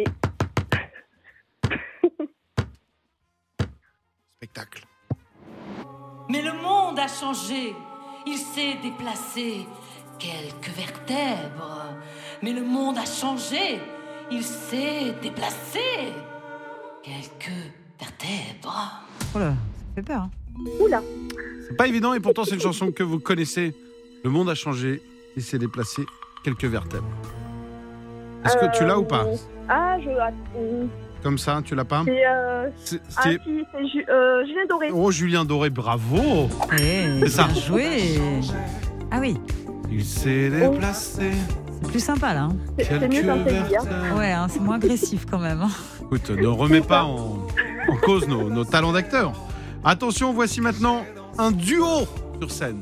Spectacle. Mais le monde a changé. Il s'est déplacé quelques vertèbres. Mais le monde a changé. Il s'est déplacé quelques vertèbres. Oh là, ça fait peur. hein. Oula. C'est pas évident et pourtant c'est une chanson que vous connaissez. Le monde a changé et s'est déplacé quelques vertèbres. Est-ce que tu l'as ou pas ? Ah, je. ah, hum, Comme ça, tu l'as pas ? C'est. Euh... C'est- Ah, c'est- si, c'est Ju- euh, Julien Doré. Oh, Julien Doré, bravo ! Eh, C'est ça. bien joué. Ah oui, Il s'est déplacé. c'est plus sympa là. hein. C'est c'est mieux quand c'est dit. Hein. Ouais, hein, c'est moins agressif quand même. hein. Écoute, ne remets pas en, en cause nos, nos talents d'acteurs. Attention, voici maintenant un duo sur scène.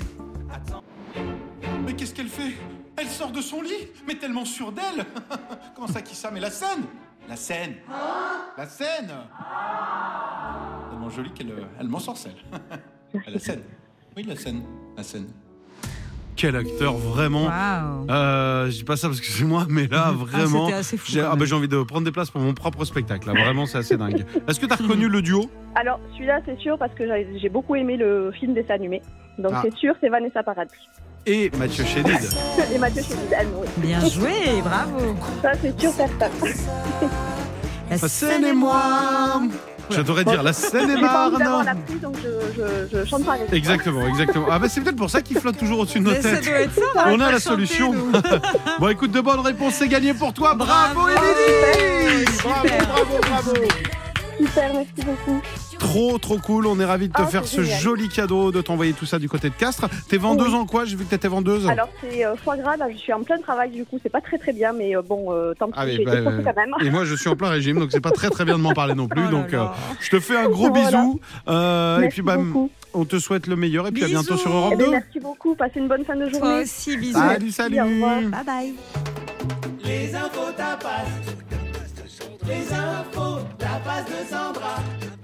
Mais qu'est-ce qu'elle fait? Elle sort de son lit, mais tellement sûre d'elle. Comment ça, qui ça? Mais la scène. La scène. La scène. Tellement jolie qu'elle euh, elle m'en sorcelle. La scène. Oui, la scène. La scène. Quel acteur, vraiment. Waouh. Euh, je dis pas ça parce que c'est moi, mais là, vraiment. c'était assez fou, j'ai quand ah, même. bah, j'ai envie de prendre des places pour mon propre spectacle. Là. Vraiment, c'est assez dingue. Est-ce que tu as reconnu le duo? Alors, celui-là, c'est sûr, parce que j'ai j'ai beaucoup aimé le film dessin animé. Donc, Ah. c'est sûr, c'est Vanessa Paradis. Et Mathieu Chédid. Et Mathieu Chédid, oui. Bien joué, bravo. Ça, c'est sûr, certain. La La scène et moi. J'adorais dire la scène et J'ai pas envie d'avoir Marne. la pluie, donc je, je, je chante pas avec. Exactement, exactement. Ah bah c'est peut-être pour ça qu'il flotte toujours au-dessus de nos Mais ça têtes. doit être ça, on On arrête a pas la de chanter, solution. nous. Bon, écoute, de bonnes réponses, c'est gagné pour toi. Bravo, Bravo, Émilie. Bravo, Super. bravo, bravo. Super, merci beaucoup. Trop, trop cool. On est ravis de te Ah, faire c'est ce génial. joli cadeau, de t'envoyer tout ça du côté de Castres. T'es vendeuse Oui. en quoi? J'ai vu que t'étais vendeuse. Alors, c'est euh, foie gras, là, je suis en plein travail, du coup, c'est pas très très bien, mais euh, bon, euh, tant pis, Ah, mais, j'ai bah, été profite euh, quand même. et moi, je suis en plein régime, donc c'est pas très, très bien de m'en parler non plus. Oh là donc, là. euh, je te fais un gros Voilà. bisou. Euh, et Merci puis, bah, beaucoup. on te souhaite le meilleur. Et puis, à Bisous. bientôt sur Eh Europe ben, deux. merci beaucoup, passez une bonne fin de Toi journée. aussi, bisous. Salut, salut. Au revoir. Bye bye. Les infos tapas. Les infos tapas de Sandra.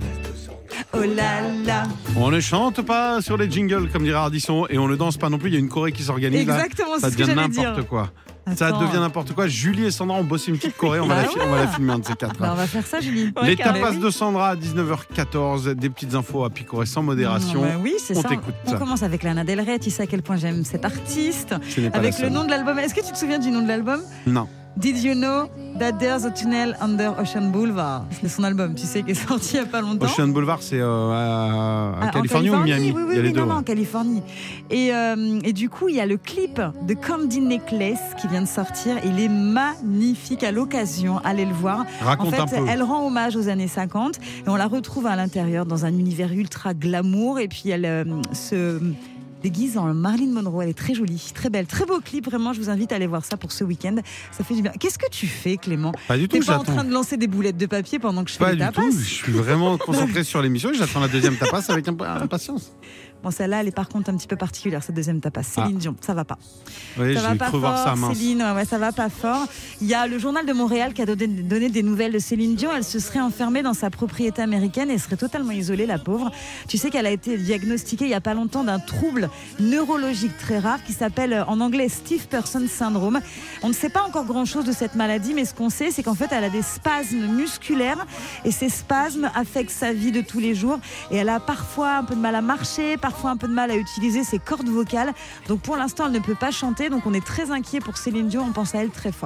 Oh là là. On ne chante pas sur les jingles, comme dirait Ardisson, et on ne danse pas non plus. Il y a une choré qui s'organise. là. Exactement, Ça c'est ce que devient j'allais n'importe dire. quoi. Ça Attends. devient n'importe quoi. Julie et Sandra ont bossé une petite choré. On va, Bah la, fi- on va la filmer un de ces quatre. Bah, on va faire ça, Julie. Les Bah tapas oui. de Sandra à dix-neuf heures quatorze. Des petites infos à picorer sans modération. Bah oui, c'est On ça. t'écoute. On commence avec Lana Del Rey. Tu sais à quel point j'aime cet artiste. Ce n'est pas Avec la le seule. nom de l'album. Est-ce que tu te souviens du nom de l'album? Non. Did you know that there's a tunnel under Ocean Boulevard? C'est son album, tu sais, qui est sorti il n'y a pas longtemps. Ocean Boulevard, c'est euh, à, à Ah, en Californie ou Miami? Oui, oui, Il y a oui, les deux. non, non, ouais. en Californie. Et, euh, et du coup, il y a le clip de Candy Necklace qui vient de sortir. Il est magnifique à l'occasion. Allez le voir. Raconte en fait, un peu. elle rend hommage aux années cinquante et on la retrouve à l'intérieur dans un univers ultra glamour. Et puis elle euh, se déguise en Marilyn Monroe. Elle est très jolie, très belle, très beau clip. Vraiment, je vous invite à aller voir ça pour ce week-end. Ça fait du bien. Qu'est-ce que tu fais, Clément? Pas du tout, T'es pas en j'attends. train de lancer des boulettes de papier pendant que je fais Pas les du tapas? tout. Je suis vraiment concentré sur l'émission et j'attends la deuxième tapas avec imp- impatience. Bon, celle-là, elle est par contre un petit peu particulière, cette deuxième tapas. Céline Dion, ça va pas. Oui, Ça va j'ai pas cru voir fort, ça, mince. Céline, ouais, ouais, ça va pas fort. Il y a le journal de Montréal qui a donné, donné des nouvelles de Céline Dion. Elle se serait enfermée dans sa propriété américaine et serait totalement isolée, la pauvre. Tu sais qu'elle a été diagnostiquée il y a pas longtemps d'un trouble neurologique très rare qui s'appelle en anglais Stiff Person Syndrome. On ne sait pas encore grand-chose de cette maladie, mais ce qu'on sait, c'est qu'en fait, elle a des spasmes musculaires et ces spasmes affectent sa vie de tous les jours. Et elle a parfois un peu de mal à marcher, parfois un peu de mal à utiliser ses cordes vocales. Donc pour l'instant, elle ne peut pas chanter. Donc on est très inquiet pour Céline Dion. On pense à elle très fort.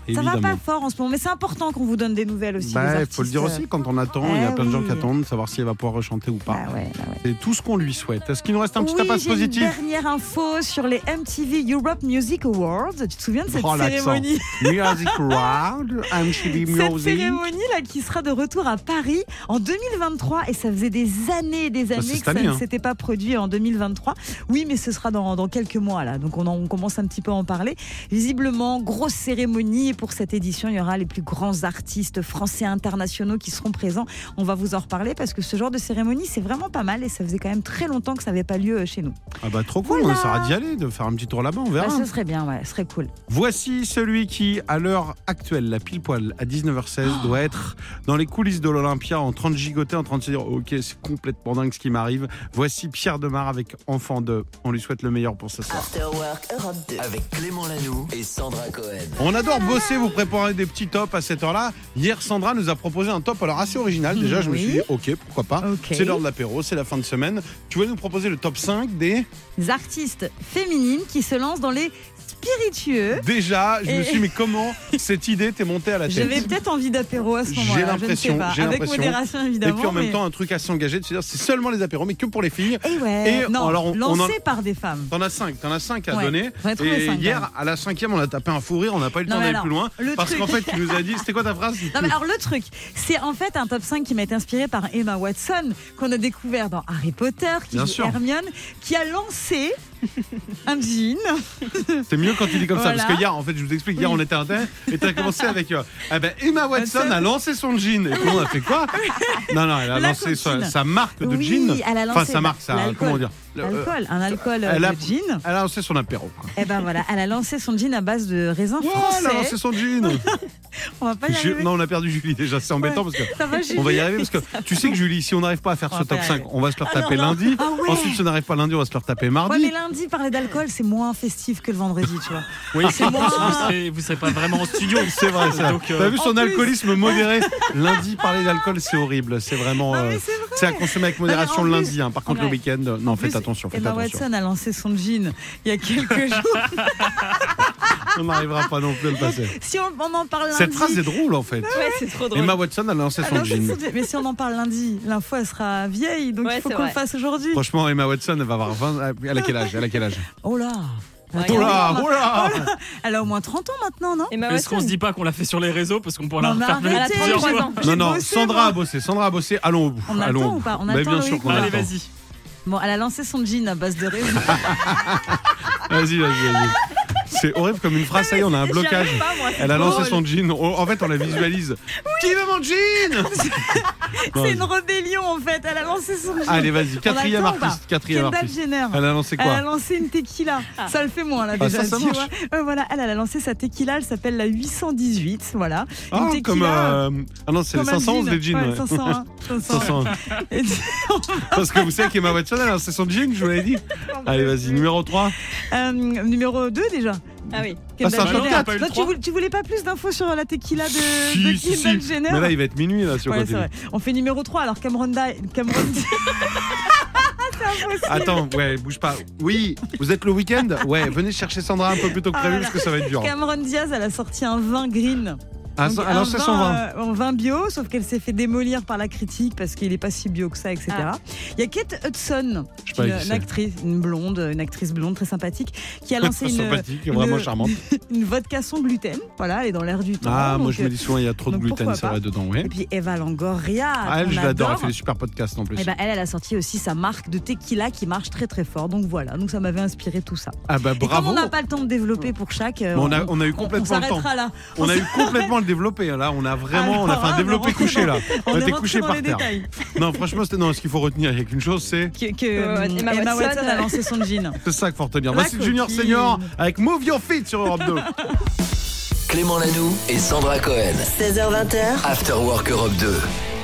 évidemment. Ça va pas fort en ce moment, mais c'est important qu'on vous donne des nouvelles aussi. Bah, il faut le dire aussi, quand on attend, il y a plein de gens qui attendent, savoir si elle va pouvoir rechanter ou pas. Bah ouais, bah ouais. C'est tout ce qu'on lui souhaite. Est-ce qu'il nous reste un petit oui, tapas j'ai positif? Une dernière info sur les M T V Europe Music Awards. Tu te souviens de cette Oh, cérémonie? Music Award, M T V Cette Music. cérémonie là qui sera de retour à Paris en deux mille vingt-trois et ça faisait des années et des années c'est que ça année, ne hein. s'était pas produit en deux mille vingt-trois. Oui, mais ce sera dans, dans quelques mois là, donc on, en, on commence un petit peu à en parler. Visiblement, grosse cérémonie et pour cette édition, il y aura les plus grands artistes français internationaux qui seront présents. On va vous en reparler parce que ce genre de cérémonie, c'est vraiment pas mal et ça faisait quand même très longtemps que ça n'avait pas lieu chez nous. Ah bah trop cool, Voilà. on essaiera d'y aller, de faire un petit tour là-bas, on verra. Bah, ce serait bien, ouais, ce serait cool. Voici celui qui, à l'heure actuelle, la pile poil à dix-neuf heures seize, Oh. doit être dans les coulisses de l'Olympia en train de gigoter, en train de se dire ok, c'est complètement dingue ce qui m'arrive. Voici Pierre Demar avec Enfant deux. On lui souhaite le meilleur pour ce soir. After Work Europe deux. Avec Clément Lanoux et Sandra Cohen. On adore bosser, vous préparer des petits tops à cette heure-là. Hier, Sandra nous a proposé un top alors assez original. Déjà, je me Oui. suis dit ok, pourquoi pas. Ok. C'est l'heure de l'apéro, c'est la fin de semaine. Tu vas nous proposer le top cinq des... Les artistes féminines qui se lancent dans les spiritueux. Déjà, je me Et- suis dit, mais comment cette idée t'est montée à la tête? J'avais peut-être envie d'apéro à ce moment-là. J'ai je ne sais l'impression, pas. j'ai Avec l'impression. modération Et évidemment. puis en même mais- temps, un truc assez engagé de se dire c'est seulement les apéros, mais que pour les filles. Et ouais. Et non, alors, on- on lancé en- par des femmes. T'en as cinq, t'en as cinq à Ouais, donner. j'en ai trouvé Et cinq, quand hier, même. à la cinquième, on a tapé un fou rire, on n'a pas eu le Non, temps mais d'aller alors, plus loin. le Parce truc- qu'en fait, tu nous as dit, c'était quoi ta phrase? Non mais alors le truc, c'est en fait un top cinq qui m'a été inspiré par Emma Watson, qu'on a découvert dans Harry Potter, qui Bien joue sûr. Hermione, qui a lancé un jean. C'est mieux quand tu dis comme ça, Voilà. parce que hier, en fait, je vous explique, hier, Oui. on était à terre et t'as commencé avec euh, ah ben, Emma Watson Ça- a lancé son jean. Et tout le monde a fait quoi? Non, non, elle a La lancé sa, coquine. sa marque de Oui, jean. elle a Enfin, lancé sa marque, ça, l'alcool. comment dire? Le- euh, L'alcool, un alcool elle a, de gin. elle a lancé son apéro. quoi. Et ben voilà, elle a lancé son jean à base de raisins Ouais, français. elle a lancé son jean. On va pas y Ju- arriver. Non, on a perdu Julie déjà, c'est embêtant Ouais. parce que Ça va, Julie on va y arriver parce que tu sais que Julie, si on n'arrive pas à faire On ce va pas top y cinq, arriver. on va se le Ah non, retaper non. lundi. Ah ouais. Ensuite, si on n'arrive pas lundi, on va se le retaper mardi. Ouais, mais lundi, parler d'alcool, c'est moins festif que le vendredi, tu vois. Oui, C'est c'est moi. bon, vous serez, vous serez pas vraiment en studio. C'est vrai, ça. Donc, euh, T'as vu en son plus. alcoolisme modéré? Lundi, parler d'alcool, c'est horrible. C'est vraiment. Non, mais euh, c'est vrai. c'est à consommer avec modération Non, mais le en lundi. hein. Par contre, le Ouais. week-end, euh, non, En faites plus, attention. Faites Emma attention. Watson a lancé son jean il y a quelques jours. On n'arrivera pas non plus à le passer. Si on, on en parle lundi. Cette phrase est drôle en fait. Ouais, c'est trop drôle. Emma Watson a lancé Ah son non, c'est jean. son jean. Mais si on en parle lundi, l'info elle sera vieille, donc Ouais, il faut c'est qu'on le vrai. fasse aujourd'hui. Franchement, Emma Watson, elle va avoir vingt. Elle a quel âge Elle a quel âge Oh là. Ouais, Oh là, oh là Elle a au moins trente ans maintenant, non Emma Est-ce qu'on Watson. se dit pas qu'on l'a fait sur les réseaux parce qu'on pourra Non, la mais refaire arrêtez, Elle a plusieurs trente-trois fois. ans. J'ai Non, non, bossé, Sandra moi. a bossé. Sandra a bossé. Allons au bout. On a le Allons temps au bout. ou pas On a Bah, le temps, bien oui. sûr qu'on a Allez, le temps. vas-y. Bon, elle a lancé son jean à base de raisins. Vas-y, vas-y, vas-y. C'est horrible comme une phrase, ça y est, on a un J'y blocage. arrive pas, moi, c'est Elle a trop lancé drôle. son jean. On- En fait, on la visualise. Qui veut mon jean Non, C'est une rébellion en fait. Elle a lancé son jean. Allez, vas-y, On a le quatrième temps ou pas artiste. Quatrième Kendall artiste. Jenner. Elle a lancé Elle a quoi lancé une tequila. Ça le fait moins là Ah, déjà. ça, ça tu marche. vois. Euh, voilà, elle, elle a lancé sa tequila. Elle s'appelle la huit cent dix-huit. Voilà. Ah, Une tequila. comme. euh, Ah non, c'est les comme un cinq cent onze jean. les jeans. Ouais, ouais. cinq cent un. cinq cent un. Et tu- Parce que vous savez qu'Emma Watson, elle a lancé son jean, je vous l'avais dit. Allez, vas-y, numéro trois. Euh, numéro deux déjà. Ah oui. Ah, c'est un Kendall top Jenner. quatre. pas eu le Toi, tu, trois. voulais, tu voulais pas plus d'infos sur la tequila de, Si, de si, Kendall si. Jenner? Mais là, il va être minuit, là, si on Ouais, c'est continue. vrai. On fait numéro trois alors Cameron Di- Cameron Di- C'est impossible. Attends, ouais, bouge pas. Oui, vous êtes le week-end? Ouais, venez chercher Sandra un peu plus tôt que Ah, prévu voilà. parce que ça va être dur. Cameron Diaz, elle a sorti un vin green. Ah, Donc, elle a lancé un son vin. euh, en vin bio, sauf qu'elle s'est fait démolir par la critique parce qu'il n'est pas si bio que ça, et cetera. Il y a Kate Hudson, Je sais pas une, qui une c'est. actrice, une blonde, une actrice blonde très sympathique, qui a lancé une, Sympathique, une- vraiment charmante. une vodka sans gluten. Voilà, elle est dans l'air du temps. Ah, moi donc, je me dis souvent, il y a trop de donc gluten, pourquoi c'est pas. vrai, dedans, ouais. Et puis Eva Longoria. Ah, elle, qu'on je l'adore, elle adore. fait des super podcasts en plus. Eh ben, elle, elle a sorti aussi sa marque de tequila qui marche très très fort. Donc voilà, donc ça m'avait inspiré tout ça. Ah bah Et comme bravo. on n'a pas le temps de développer pour chaque, euh, Mais on a- on a eu on complètement le temps. s'arrêtera là. On a eu complètement le développé, hein, là, on a vraiment, on a Alors, fait un hein, développé on est couché là. rentré On dans- on était est couché rentré dans par les terre. détails. Non, franchement, c'était non, ce qu'il faut retenir, il n'y a qu'une chose, c'est Que, que, Euh, euh, Emma Emma, Watson, Watson, a euh, lancé son jean. c'est ça qu'il faut retenir. La Voici Junior coquine. Senior avec Move Your Feet sur Europe deux. Clément Lanoux et Sandra Cohen. seize heures vingt. After Work Europe deux.